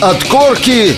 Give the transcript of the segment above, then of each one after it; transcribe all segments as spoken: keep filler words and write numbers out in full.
От корки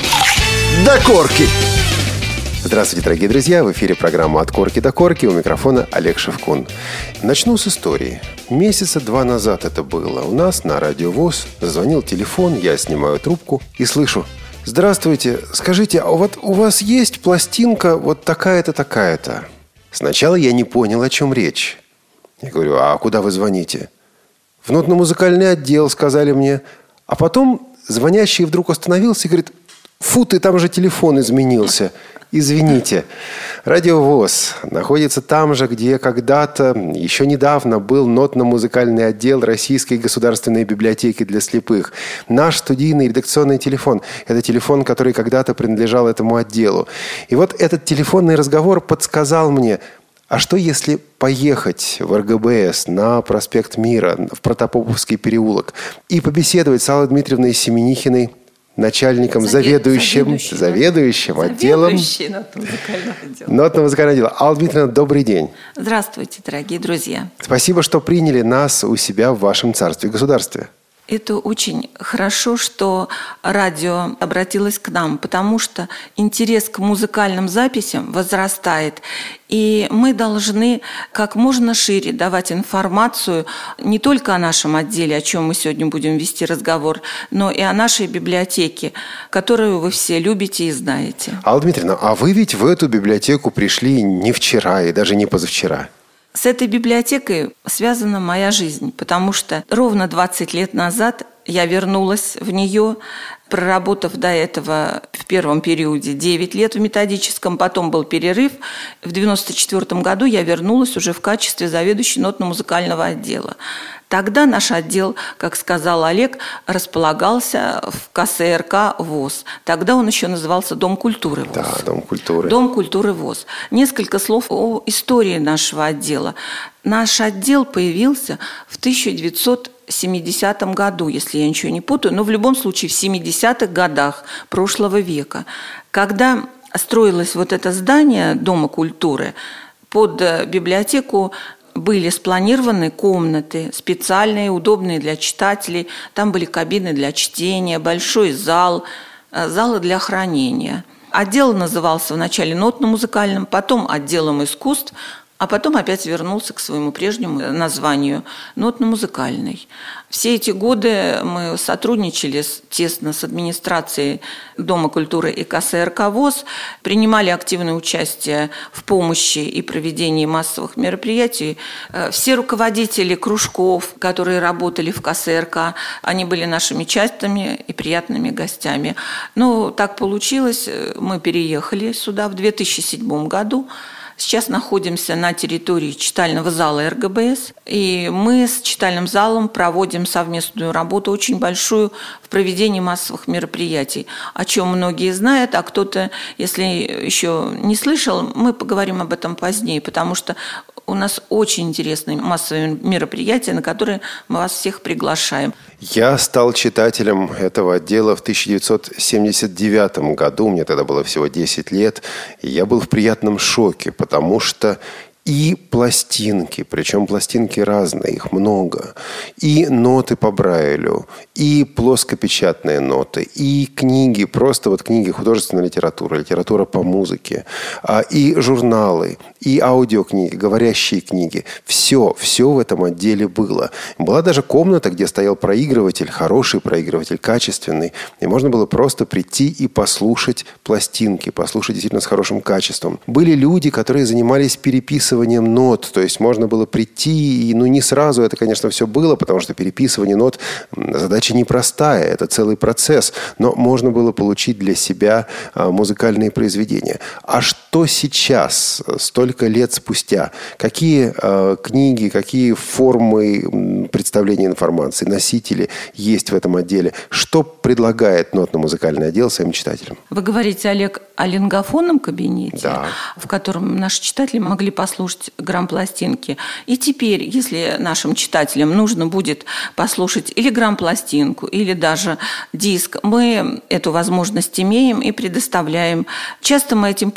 до корки. Здравствуйте, дорогие друзья! В эфире программа «От корки до корки». У микрофона Олег Шевкун. Начну с истории. Месяца два назад это было. У нас на радио ВОС зазвонил телефон, я снимаю трубку и слышу: «Здравствуйте, скажите, а вот у вас есть пластинка вот такая-то, такая-то?» Сначала я не понял, о чем речь. Я говорю: «А куда вы звоните?» «В нотно-музыкальный отдел», сказали мне. А потом звонящий вдруг остановился и говорит: «Фу ты, там же телефон изменился. Извините». Радио ВОС находится там же, где когда-то, еще недавно, был нотно-музыкальный отдел Российской государственной библиотеки для слепых. Наш студийный редакционный телефон – это телефон, который когда-то принадлежал этому отделу. И вот этот телефонный разговор подсказал мне: а что если поехать в эр гэ бэ эс на проспект Мира, в Протопоповский переулок, и побеседовать с Аллой Дмитриевной Семенихиной, начальником, Завед... заведующим, заведующим, заведующим отделом нотно-музыкального отдела. Нотно-музыкального отдела. Алла Дмитриевна, добрый день. Здравствуйте, дорогие друзья. Спасибо, что приняли нас у себя в вашем царстве и государстве. Это очень хорошо, что радио обратилось к нам, потому что интерес к музыкальным записям возрастает, и мы должны как можно шире давать информацию не только о нашем отделе, о чем мы сегодня будем вести разговор, но и о нашей библиотеке, которую вы все любите и знаете. Алла Дмитриевна, а вы ведь в эту библиотеку пришли не вчера и даже не позавчера. С этой библиотекой связана моя жизнь, потому что ровно двадцать лет назад я вернулась в нее, проработав до этого в первом периоде девять лет в методическом, потом был перерыв. В девяносто четвёртом году я вернулась уже в качестве заведующей нотно-музыкального отдела. Тогда наш отдел, как сказал Олег, располагался в ка эс эр ка ВОС. Тогда он еще назывался Дом культуры ВОС. Да, Дом культуры. Дом культуры ВОС. Несколько слов о истории нашего отдела. Наш отдел появился в тысяча девятьсот семидесятом году, если я ничего не путаю, но в любом случае в семидесятых годах прошлого века. Когда строилось вот это здание Дома культуры, под библиотеку были спланированы комнаты, специальные, удобные для читателей. Там были кабины для чтения, большой зал, залы для хранения. Отдел назывался вначале нотно-музыкальным, потом отделом искусств, а потом опять вернулся к своему прежнему названию – нотно-музыкальный. Все эти годы мы сотрудничали тесно с администрацией Дома культуры и ка эс эр ка ВОС, принимали активное участие в помощи и проведении массовых мероприятий. Все руководители кружков, которые работали в ка эс эр ка, они были нашими частыми и приятными гостями. Но так получилось, мы переехали сюда в две тысячи седьмом году. Сейчас находимся на территории читального зала эр гэ бэ эс, и мы с читальным залом проводим совместную работу, очень большую, в проведении массовых мероприятий, о чем многие знают, а кто-то, если еще не слышал, мы поговорим об этом позднее, потому что у нас очень интересные массовые мероприятия, на которые мы вас всех приглашаем. Я стал читателем этого отдела в тысяча девятьсот семьдесят девятом году, мне тогда было всего десять лет, и я был в приятном шоке, потому что и пластинки, причем пластинки разные, их много, и ноты по Брайлю, и плоскопечатные ноты, и книги, просто вот книги художественной литературы, литература по музыке, и журналы, и аудиокниги, говорящие книги. Все, все в этом отделе было. Была даже комната, где стоял проигрыватель, хороший проигрыватель, качественный, и можно было просто прийти и послушать пластинки, послушать действительно с хорошим качеством. Были люди, которые занимались переписыванием нот, то есть можно было прийти, и ну не сразу это, конечно, все было, потому что переписывание нот задача непростая, это целый процесс, но можно было получить для себя а, музыкальные произведения. А что сейчас, столько лет спустя, какие а, книги, какие формы представления информации, носители есть в этом отделе? Что предлагает нотно-музыкальный отдел своим читателям? Вы говорите, Олег, о лингофонном кабинете, да, в котором наши читатели могли послушать грампластинки. И теперь, если нашим читателям нужно будет послушать или грампластинку, или даже диск, мы эту возможность имеем и предоставляем. Часто мы этим пользуемся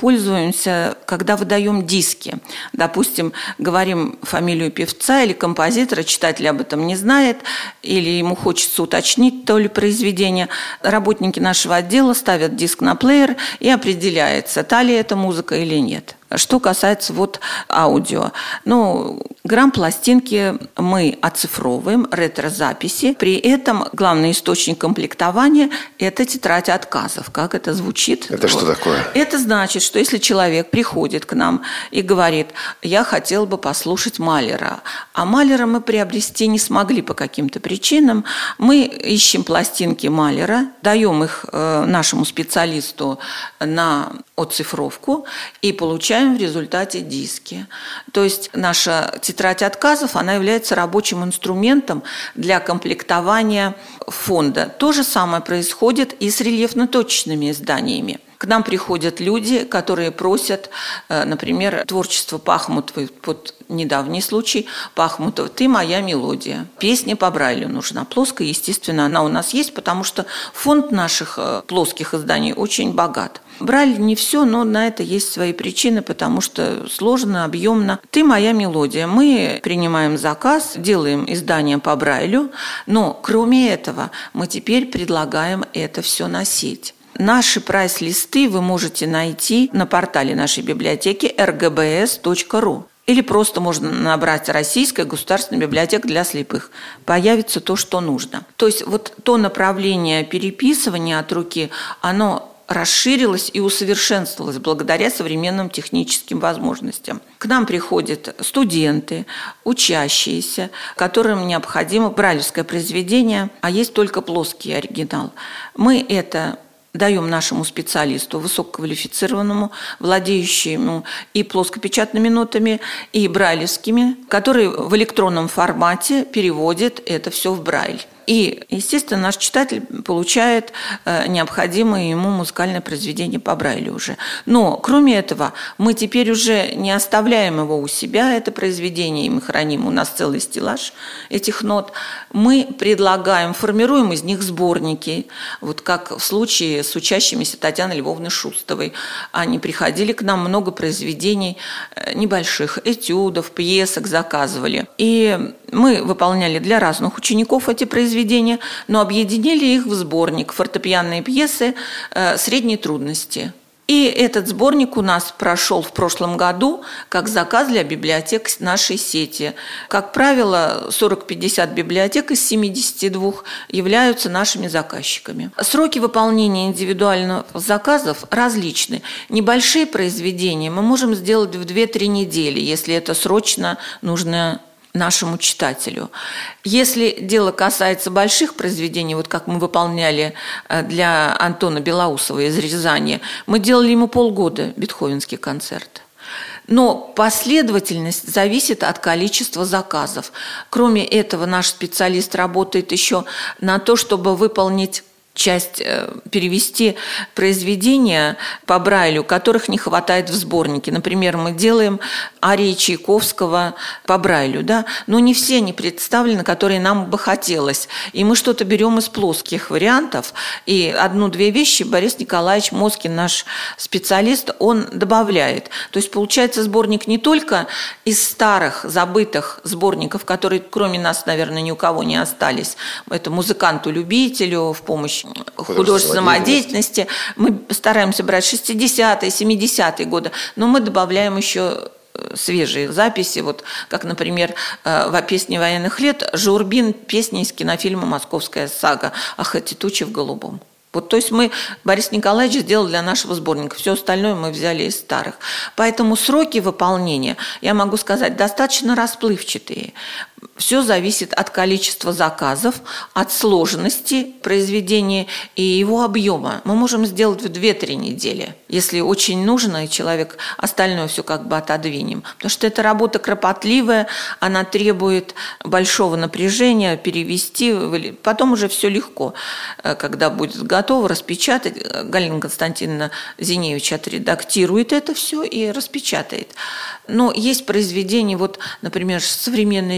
пользуемся, когда выдаем диски. Допустим, говорим фамилию певца или композитора, читатель об этом не знает, или ему хочется уточнить то ли произведение. Работники нашего отдела ставят диск на плеер, и определяется, та ли это музыка или нет. Что касается вот аудио. Ну, грамм пластинки мы оцифровываем, ретро-записи. При этом главный источник комплектования – это тетрадь отказов. Как это звучит? Это вот. Что такое? Это значит, что если человек приходит к нам и говорит, я хотел бы послушать Малера, а Малера мы приобрести не смогли по каким-то причинам, мы ищем пластинки Малера, даем их э, нашему специалисту на оцифровку и получаем в результате диски. То есть наша тетрадь отказов, она является рабочим инструментом для комплектования фонда. То же самое происходит и с рельефно-точечными изданиями. К нам приходят люди, которые просят, например, творчество Пахмутовой, вот недавний случай, Пахмутова «Ты моя мелодия». Песня по Брайлю нужна, плоская, естественно, она у нас есть, потому что фонд наших плоских изданий очень богат. Брайль не все, но на это есть свои причины, потому что сложно, объемно. «Ты моя мелодия». Мы принимаем заказ, делаем издание по Брайлю, но кроме этого мы теперь предлагаем это все носить. Наши прайс-листы вы можете найти на портале нашей библиотеки эр гэ бэ эс точка ру. Или просто можно набрать «Российская государственная библиотека для слепых». Появится то, что нужно. То есть вот то направление переписывания от руки, оно расширилось и усовершенствовалось благодаря современным техническим возможностям. К нам приходят студенты, учащиеся, которым необходимо брайлевское произведение, а есть только плоский оригинал. Мы это даем нашему специалисту, высококвалифицированному, владеющему и плоскопечатными нотами, и брайлевскими, который в электронном формате переводит это все в Брайль. И, естественно, наш читатель получает э, необходимое ему музыкальное произведение по Брайлю уже. Но, кроме этого, мы теперь уже не оставляем его у себя, это произведение, и мы храним, у нас целый стеллаж этих нот. Мы предлагаем, формируем из них сборники, вот как в случае с учащимися Татьяной Львовной Шустовой. Они приходили к нам, много произведений небольших, этюдов, пьесок заказывали. И мы выполняли для разных учеников эти произведения, но объединили их в сборник «Фортепианные пьесы э, средней трудности». И этот сборник у нас прошел в прошлом году как заказ для библиотек нашей сети. Как правило, сорок-пятьдесят библиотек из семидесяти двух являются нашими заказчиками. Сроки выполнения индивидуальных заказов различны. Небольшие произведения мы можем сделать в две-три недели, если это срочно нужно нашему читателю. Если дело касается больших произведений, вот как мы выполняли для Антона Белоусова из Рязани, мы делали ему полгода бетховенский концерт. Но последовательность зависит от количества заказов. Кроме этого, наш специалист работает еще на то, чтобы выполнить часть, перевести произведения по Брайлю, которых не хватает в сборнике. Например, мы делаем арии Чайковского по Брайлю, да, но не все они представлены, которые нам бы хотелось. И мы что-то берем из плоских вариантов, и одну-две вещи Борис Николаевич Москин, наш специалист, он добавляет. То есть получается сборник не только из старых, забытых сборников, которые кроме нас, наверное, ни у кого не остались. Это музыканту-любителю в помощь художественной самодеятельности. Мы стараемся брать шестидесятые, семидесятые годы, но мы добавляем еще свежие записи, вот как, например, в «Песне военных лет» Журбин, песня из кинофильма «Московская сага» «Ах, эти тучи в голубом». Вот, то есть мы, Борис Николаевич сделал для нашего сборника, все остальное мы взяли из старых. Поэтому сроки выполнения, я могу сказать, достаточно расплывчатые. Все зависит от количества заказов, от сложности произведения и его объема. Мы можем сделать в две-три недели, если очень нужно, и человек остальное все как бы отодвинем. Потому что эта работа кропотливая, она требует большого напряжения, перевести, потом уже все легко, когда будет готово распечатать. Галина Константиновна Зиневич отредактирует это все и распечатает. Но есть произведения, вот, например, современные джазовые,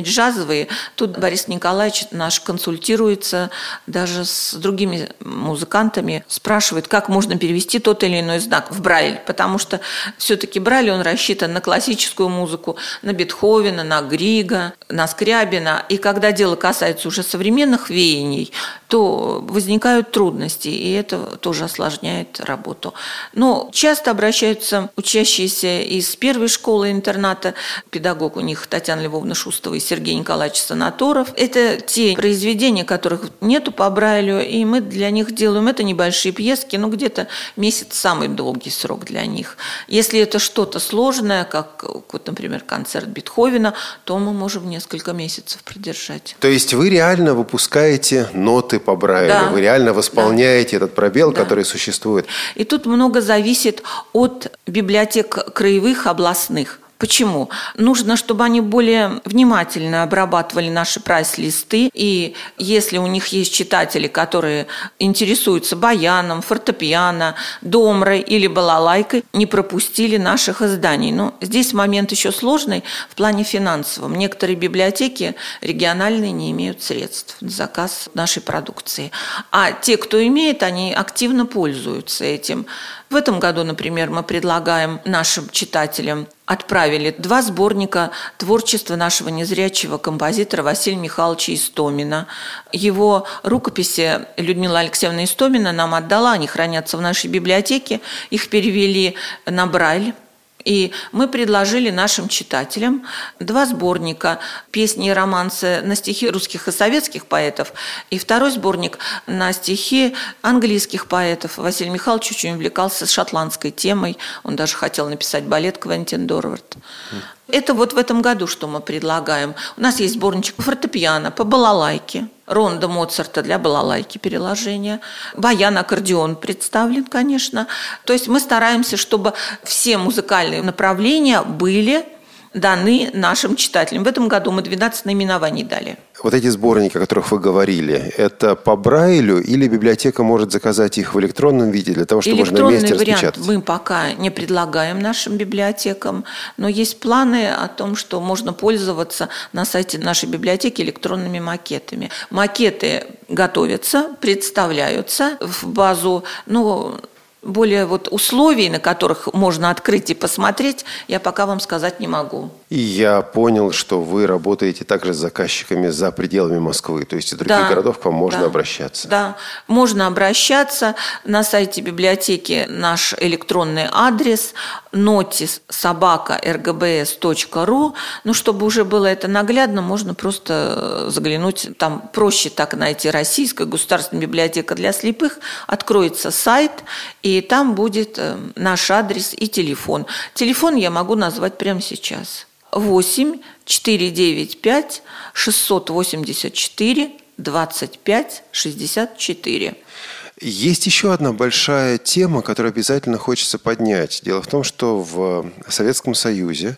финансовые. Тут Борис Николаевич наш консультируется даже с другими музыкантами, спрашивает, как можно перевести тот или иной знак в Брайль, потому что все-таки Брайль, он рассчитан на классическую музыку, на Бетховена, на Грига, на Скрябина. И когда дело касается уже современных веяний, то возникают трудности, и это тоже осложняет работу. Но часто обращаются учащиеся из первой школы-интерната, педагог у них Татьяна Львовна Шустова и Сергей Николаевич Санаторов. Это те произведения, которых нету по Брайлю, и мы для них делаем это небольшие пьески, ну где-то месяц самый долгий срок для них. Если это что-то сложное, как, вот, например, концерт Бетховена, то мы можем несколько месяцев продержать. То есть вы реально выпускаете ноты по Брайлю, да. Вы реально восполняете да. этот пробел, да. который существует. И тут много зависит от библиотек краевых, областных. Почему? Нужно, чтобы они более внимательно обрабатывали наши прайс-листы, и если у них есть читатели, которые интересуются баяном, фортепиано, домрой или балалайкой, не пропустили наших изданий. Но здесь момент еще сложный в плане финансовом. Некоторые библиотеки региональные не имеют средств на заказ нашей продукции. А те, кто имеет, они активно пользуются этим. В этом году, например, мы предлагаем нашим читателям, отправили два сборника творчества нашего незрячего композитора Василия Михайловича Истомина. Его рукописи Людмила Алексеевна Истомина нам отдала, они хранятся в нашей библиотеке, их перевели на Брайль. И мы предложили нашим читателям два сборника песни и романсы на стихи русских и советских поэтов, и второй сборник на стихи английских поэтов. Василий Михайлович очень увлекался шотландской темой, он даже хотел написать балет «Квентин Дорвард». Это вот в этом году, что мы предлагаем. У нас есть сборничек фортепиано по балалайке, ронда Моцарта для балалайки переложения, баян, аккордеон представлен, конечно. То есть мы стараемся, чтобы все музыкальные направления были даны нашим читателям. В этом году мы двенадцать наименований дали. Вот эти сборники, о которых вы говорили, это по Брайлю или библиотека может заказать их в электронном виде для того, чтобы можно на месте распечатать? Электронный вариант мы пока не предлагаем нашим библиотекам, но есть планы о том, что можно пользоваться на сайте нашей библиотеки электронными макетами. Макеты готовятся, представляются в базу, ну, более вот условий, на которых можно открыть и посмотреть, я пока вам сказать не могу. И я понял, что вы работаете также с заказчиками за пределами Москвы, то есть из других да, городов к вам можно да, обращаться. Да, можно обращаться. На сайте библиотеки наш электронный адрес notis собака эр гэ бэ эс точка ру. Ну, чтобы уже было это наглядно, можно просто заглянуть. Там проще так найти. Российская государственная библиотека для слепых. Откроется сайт, и там будет наш адрес и телефон. Телефон я могу назвать прямо сейчас. восемь четыре девять пять шестьсот восемьдесят четыре двадцать пять шестьдесят четыре. Есть еще одна большая тема, которую обязательно хочется поднять. Дело в том, что в Советском Союзе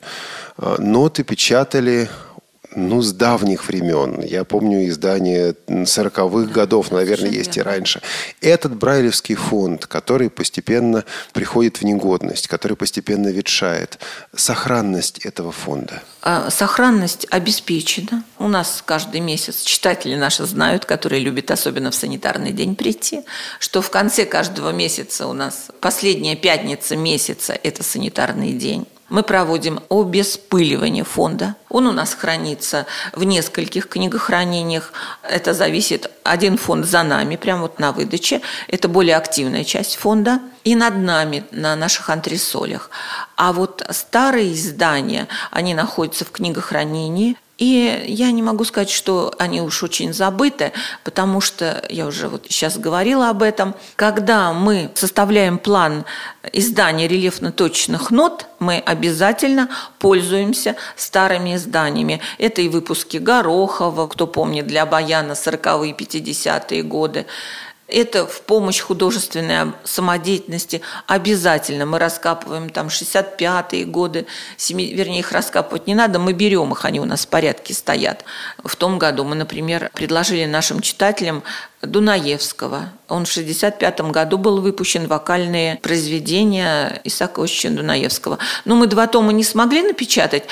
ноты печатали ну, с давних времен. Я помню издание сороковых годов, наверное, есть и раньше. Этот брайлевский фонд, который постепенно приходит в негодность, который постепенно ветшает. Сохранность этого фонда. Сохранность обеспечена. У нас каждый месяц читатели наши знают, которые любят особенно в санитарный день прийти, что в конце каждого месяца у нас последняя пятница месяца – это санитарный день. Мы проводим обеспыливание фонда. Он у нас хранится в нескольких книгохранениях. Это зависит, один фонд за нами, прямо вот на выдаче. Это более активная часть фонда. И над нами, на наших антресолях. А вот старые издания, они находятся в книгохранении. И я не могу сказать, что они уж очень забыты, потому что, я уже вот сейчас говорила об этом, когда мы составляем план издания рельефно-точных нот, мы обязательно пользуемся старыми изданиями. Это и выпуски Горохова, кто помнит, для баяна сороковые пятидесятые годы. Это в помощь художественной самодеятельности обязательно. Мы раскапываем там шестьдесят пятые годы, семи, вернее, их раскапывать не надо, мы берем их, они у нас в порядке стоят. В том году мы, например, предложили нашим читателям Дунаевского. Он в шестьдесят пятом году был выпущен, вокальные произведения Исаака Иосифовича Дунаевского. Ну, мы два тома не смогли напечатать,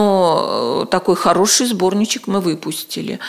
но такой хороший сборничек мы выпустили.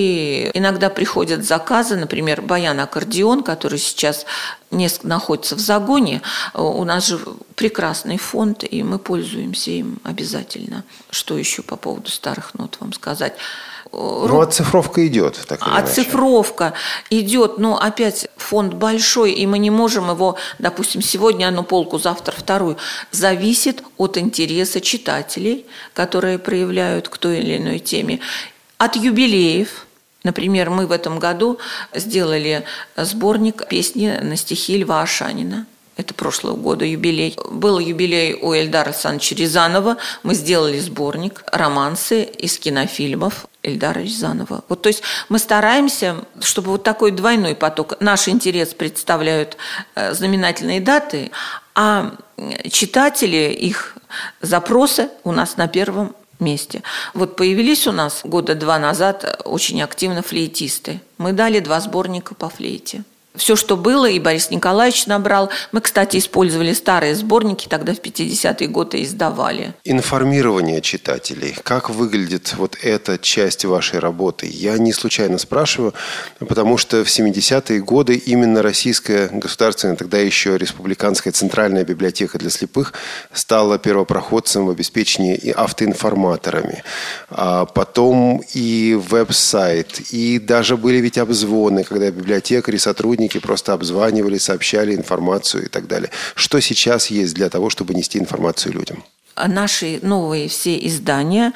И иногда приходят заказы, например, баян-аккордеон, который сейчас несколько находится в загоне. У нас же прекрасный фонд, и мы пользуемся им обязательно. Что еще по поводу старых нот вам сказать? Ну, оцифровка идет. Так или иначе. Оцифровка идет, но опять фонд большой, и мы не можем его, допустим, сегодня одну полку, завтра вторую. Зависит от интереса читателей, которые проявляют к той или иной теме. От юбилеев. Например, мы в этом году сделали сборник песни на стихи Льва Ашанина. Это прошлого года юбилей. Был юбилей у Эльдара Александровича Рязанова. Мы сделали сборник романсы из кинофильмов Эльдара Рязанова. Вот, то есть мы стараемся, чтобы вот такой двойной поток. Наш интерес представляют знаменательные даты, а читатели, их запросы у нас на первом месте. Вот появились у нас года два назад очень активно флейтисты. Мы дали два сборника по флейте. Все, что было, и Борис Николаевич набрал. Мы, кстати, использовали старые сборники, тогда в пятидесятые годы издавали. Информирование читателей. Как выглядит вот эта часть вашей работы? Я не случайно спрашиваю, потому что в семидесятые годы именно Российская государственная, тогда еще Республиканская центральная библиотека для слепых стала первопроходцем в обеспечении автоинформаторами. А потом и веб-сайт, и даже были ведь обзвоны, когда библиотекари, сотрудники просто обзванивали, сообщали информацию и так далее. Что сейчас есть для того, чтобы нести информацию людям? Наши новые все издания,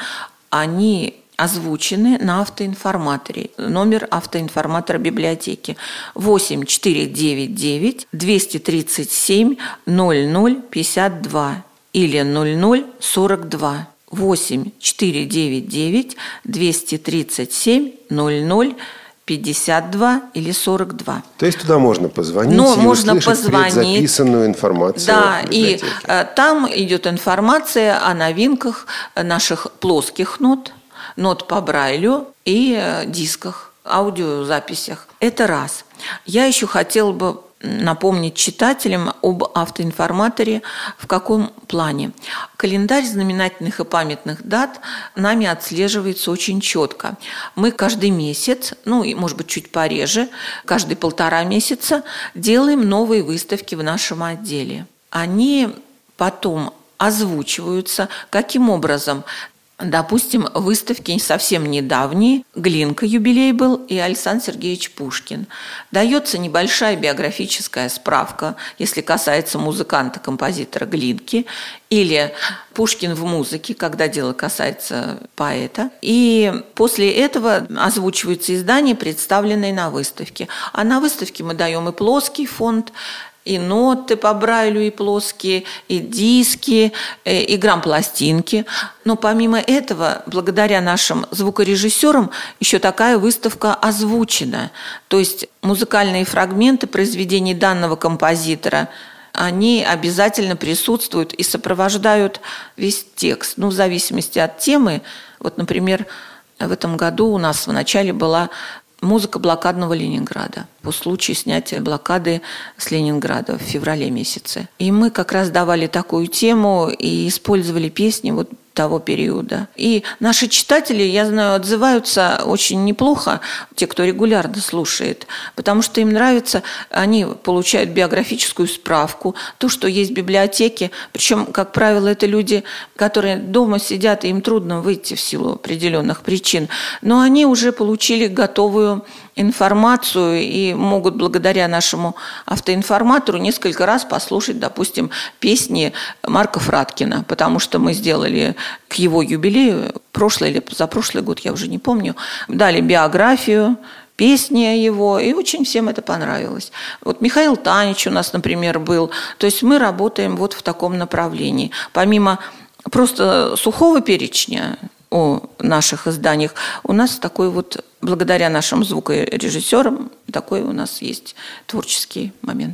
они озвучены на автоинформаторе. Номер автоинформатора библиотеки восемь четыре девять девять двести тридцать семь ноль ноль пятьдесят два или ноль ноль сорок два. восемь четыре девять девять двести тридцать семь ноль ноль пятьдесят два или сорок два. То есть туда можно позвонить Но и можно услышать позвонить, предзаписанную информацию. Да, и э, там идет информация о новинках наших плоских нот, нот по Брайлю и э, дисках, аудиозаписях. Это раз. Я еще хотела бы напомнить читателям об автоинформаторе в каком плане. Календарь знаменательных и памятных дат нами отслеживается очень четко. Мы каждый месяц, ну и может быть чуть пореже, каждые полтора месяца делаем новые выставки в нашем отделе. Они потом озвучиваются. Каким образом? Допустим, выставки совсем недавние, Глинка юбилей был и Александр Сергеевич Пушкин. Дается небольшая биографическая справка, если касается музыканта-композитора Глинки, или Пушкин в музыке, когда дело касается поэта. И после этого озвучиваются издания, представленные на выставке. А на выставке мы даем и плоский фонд, и ноты по Брайлю, и плоские, и диски, и грампластинки. Но помимо этого, благодаря нашим звукорежиссерам, еще такая выставка озвучена. То есть музыкальные фрагменты произведений данного композитора, они обязательно присутствуют и сопровождают весь текст. Ну, в зависимости от темы. Вот, например, в этом году у нас в начале была музыка блокадного Ленинграда по случаю снятия блокады с Ленинграда в феврале месяце. И мы как раз давали такую тему и использовали песни вот того периода. И наши читатели, я знаю, отзываются очень неплохо, те, кто регулярно слушает, потому что им нравится, они получают биографическую справку, то, что есть в библиотеке. Причем, как правило, это люди, которые дома сидят, и им трудно выйти в силу определенных причин, но они уже получили готовую информацию и могут благодаря нашему автоинформатору несколько раз послушать, допустим, песни Марка Фраткина, потому что мы сделали к его юбилею, прошлый или позапрошлый год, я уже не помню, дали биографию, песни его, и очень всем это понравилось. Вот Михаил Танич у нас, например, был. То есть мы работаем вот в таком направлении. Помимо просто сухого перечня о наших изданиях, у нас такой вот, благодаря нашим звукорежиссерам, такой у нас есть творческий момент.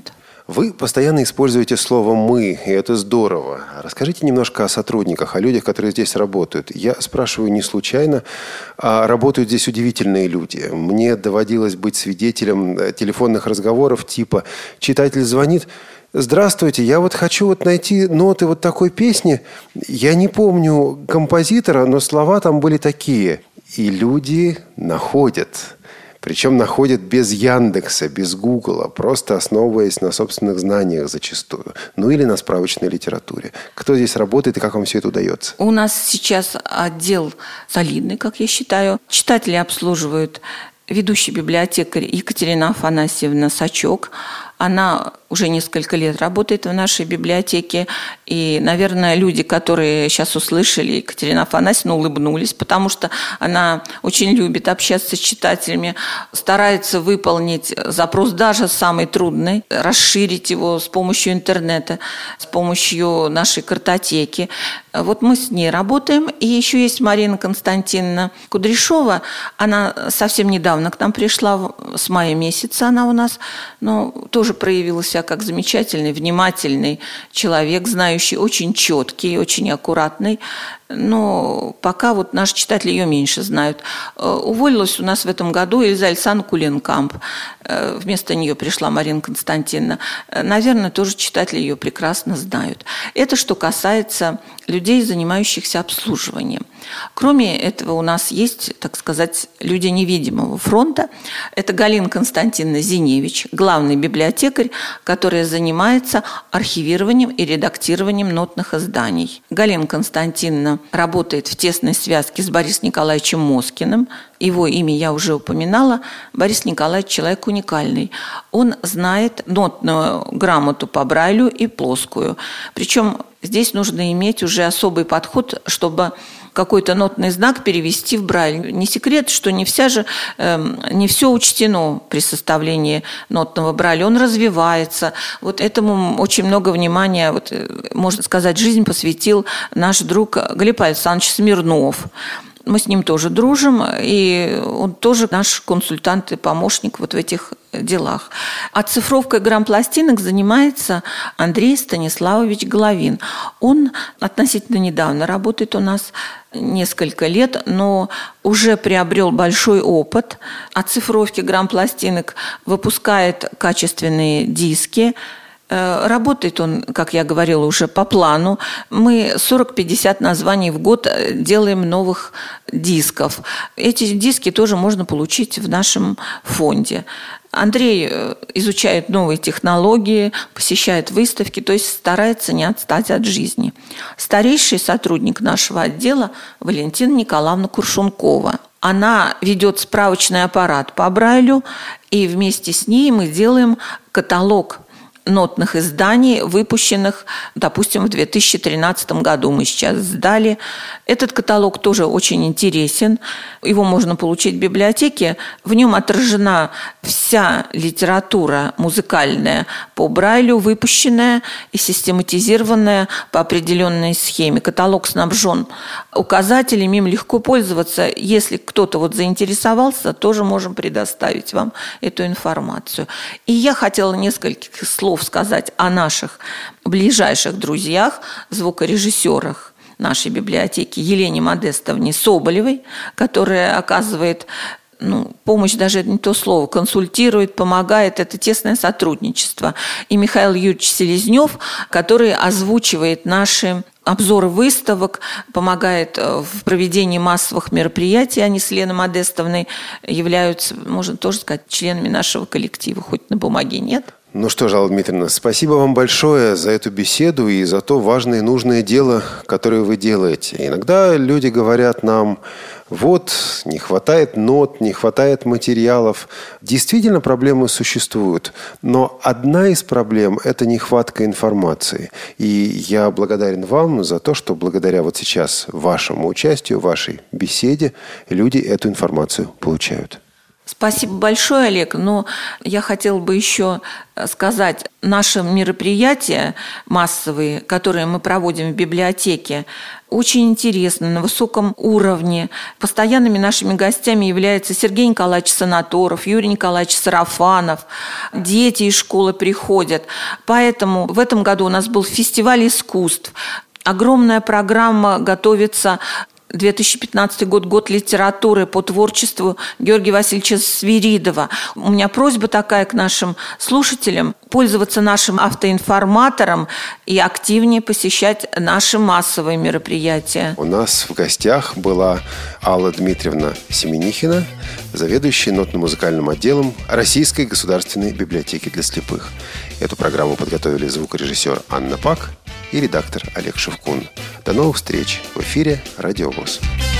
Вы постоянно используете слово «мы», и это здорово. Расскажите немножко о сотрудниках, о людях, которые здесь работают. Я спрашиваю не случайно, а работают здесь удивительные люди. Мне доводилось быть свидетелем телефонных разговоров типа «читатель звонит». Здравствуйте, я вот хочу вот найти ноты вот такой песни. Я не помню композитора, но слова там были такие. И люди находят. Причем находят без Яндекса, без Гугла, просто основываясь на собственных знаниях зачастую. Ну или на справочной литературе. Кто здесь работает и как вам все это удается? У нас сейчас отдел солидный, как я считаю. Читатели обслуживают ведущий библиотекарь Екатерина Афанасьевна Сачок. Она уже несколько лет работает в нашей библиотеке. И, наверное, люди, которые сейчас услышали Екатерину Афанасьевну, улыбнулись, потому что она очень любит общаться с читателями, старается выполнить запрос даже самый трудный, расширить его с помощью интернета, с помощью нашей картотеки. Вот мы с ней работаем. И еще есть Марина Константиновна Кудряшова. Она совсем недавно к нам пришла, с мая месяца она у нас, но тоже проявила себя как замечательный, внимательный человек, знающий, очень четкий, очень аккуратный. Но пока вот наши читатели ее меньше знают. Уволилась у нас в этом году Эльза Александровна Куленкамп. Вместо нее пришла Марина Константиновна. Наверное, тоже читатели ее прекрасно знают. Это что касается людей, занимающихся обслуживанием. Кроме этого, у нас есть, так сказать, люди невидимого фронта. Это Галина Константиновна Зиневич, главный библиотекарь, которая занимается архивированием и редактированием нотных изданий. Галина Константиновна работает в тесной связке с Борисом Николаевичем Москиным. Его имя я уже упоминала. Борис Николаевич человек уникальный. Он знает нотную грамоту по Брайлю и плоскую. Причем здесь нужно иметь уже особый подход, чтобы какой-то нотный знак перевести в Брайль. Не секрет, что не вся же, э, не все учтено при составлении нотного Брайля. Он развивается. Вот этому очень много внимания, вот, можно сказать, жизнь посвятил наш друг Глеб Александрович Смирнов. Мы с ним тоже дружим, и он тоже наш консультант и помощник вот в этих делах. Оцифровкой грампластинок занимается Андрей Станиславович Головин. Он относительно недавно работает у нас, несколько лет, но уже приобрел большой опыт оцифровки грампластинок, выпускает качественные диски. Работает он, как я говорила, уже по плану. Мы сорок-пятьдесят названий в год делаем новых дисков. Эти диски тоже можно получить в нашем фонде. Андрей изучает новые технологии, посещает выставки, то есть старается не отстать от жизни. Старейший сотрудник нашего отдела Валентина Николаевна Куршункова. Она ведет справочный аппарат по Брайлю, и вместе с ней мы делаем каталог нотных изданий, выпущенных, допустим, в две тысячи тринадцатом году мы сейчас сдали. Этот каталог тоже очень интересен. Его можно получить в библиотеке. В нем отражена вся литература музыкальная по Брайлю, выпущенная и систематизированная по определенной схеме. Каталог снабжен указателями, им легко пользоваться. Если кто-то вот заинтересовался, тоже можем предоставить вам эту информацию. И я хотела несколько слов сказать о наших ближайших друзьях, звукорежиссерах нашей библиотеки Елене Модестовне Соболевой, которая оказывает ну, помощь, даже это не то слово, консультирует, помогает, это тесное сотрудничество. И Михаил Юрьевич Селезнев, который озвучивает наши обзоры выставок, помогает в проведении массовых мероприятий. Они с Леной Модестовной являются, можно тоже сказать, членами нашего коллектива, хоть на бумаге нет. Ну что ж, Алла Дмитриевна, спасибо вам большое за эту беседу и за то важное и нужное дело, которое вы делаете. Иногда люди говорят нам, вот, не хватает нот, не хватает материалов. Действительно, проблемы существуют. Но одна из проблем – это нехватка информации. И я благодарен вам за то, что благодаря вот сейчас вашему участию, вашей беседе, люди эту информацию получают. Спасибо большое, Олег. Но я хотела бы еще сказать, наши мероприятия массовые, которые мы проводим в библиотеке, очень интересны, на высоком уровне. Постоянными нашими гостями являются Сергей Николаевич Санаторов, Юрий Николаевич Сарафанов. Дети из школы приходят. Поэтому в этом году у нас был фестиваль искусств. Огромная программа готовится. две тысячи пятнадцатый год, год литературы по творчеству Георгия Васильевича Свиридова. У меня просьба такая к нашим слушателям: пользоваться нашим автоинформатором и активнее посещать наши массовые мероприятия. У нас в гостях была Алла Дмитриевна Семенихина, заведующая нотно-музыкальным отделом Российской государственной библиотеки для слепых. Эту программу подготовили звукорежиссер Анна Пак и редактор Олег Шевкун. До новых встреч в эфире Радио ВОС.